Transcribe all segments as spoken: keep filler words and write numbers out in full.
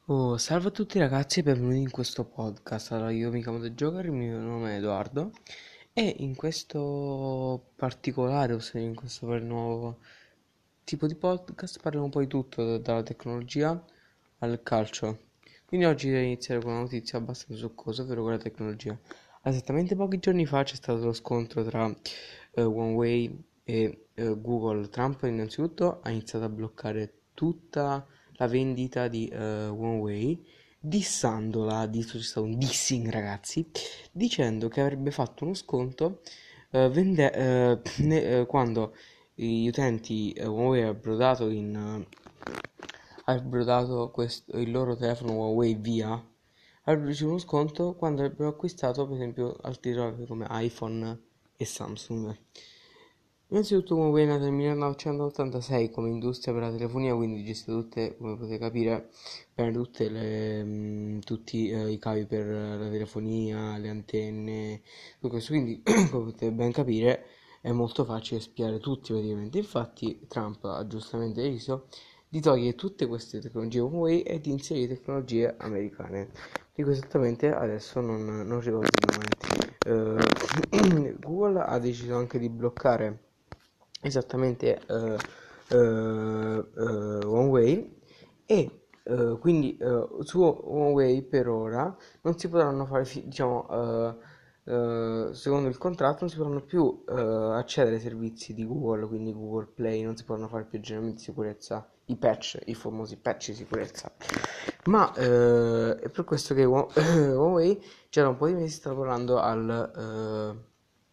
Oh, salve a tutti ragazzi e benvenuti in questo podcast. Allora, io mi chiamo De Joker, il mio nome è Edoardo e in questo particolare, ossia in questo per nuovo tipo di podcast parliamo un po' di tutto, da- dalla tecnologia al calcio. Quindi oggi devo iniziare con una notizia abbastanza succosa, ovvero con la tecnologia. Esattamente pochi giorni fa c'è stato lo scontro tra eh, Huawei e eh, Google. Trump innanzitutto ha iniziato a bloccare tutta la vendita di eh, Huawei, dissandola, addirittura c'è stato un dissing ragazzi, dicendo che avrebbe fatto uno sconto eh, vende- eh, ne- eh, quando gli utenti eh, Huawei avrebbero dato in eh, avrebbero dato questo- il loro telefono Huawei via, avrebbero ricevuto uno sconto quando avrebbero acquistato per esempio altri prodotti come iPhone e Samsung. Innanzitutto Huawei è nata nel millenovecentottantasei come industria per la telefonia, quindi gestisce tutte, come potete capire, per tutte le, mh, tutti eh, i cavi per la telefonia, le antenne, tutto questo. Quindi, come potete ben capire, è molto facile spiare tutti praticamente. Infatti, Trump ha giustamente deciso di togliere tutte queste tecnologie Huawei e di inserire tecnologie americane. Dico esattamente adesso non, non ricordo il nome. Eh, Google ha deciso anche di bloccare esattamente eh, eh, eh, Huawei e eh, quindi eh, su Huawei per ora non si potranno fare fi- diciamo eh, eh, secondo il contratto non si potranno più eh, accedere ai servizi di Google, quindi Google Play, non si potranno fare più aggiornamenti di sicurezza, i patch, i famosi patch di sicurezza. Ma eh, è per questo che Hua- Huawei già da un po' di mesi sta lavorando al eh,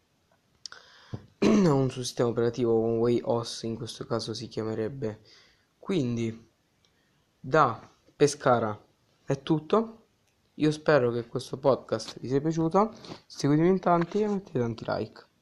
ha un suo sistema operativo Huawei O S, in questo caso si chiamerebbe. Quindi, da Pescara è tutto. Io spero che questo podcast vi sia piaciuto. Seguitemi in tanti e mettete tanti like.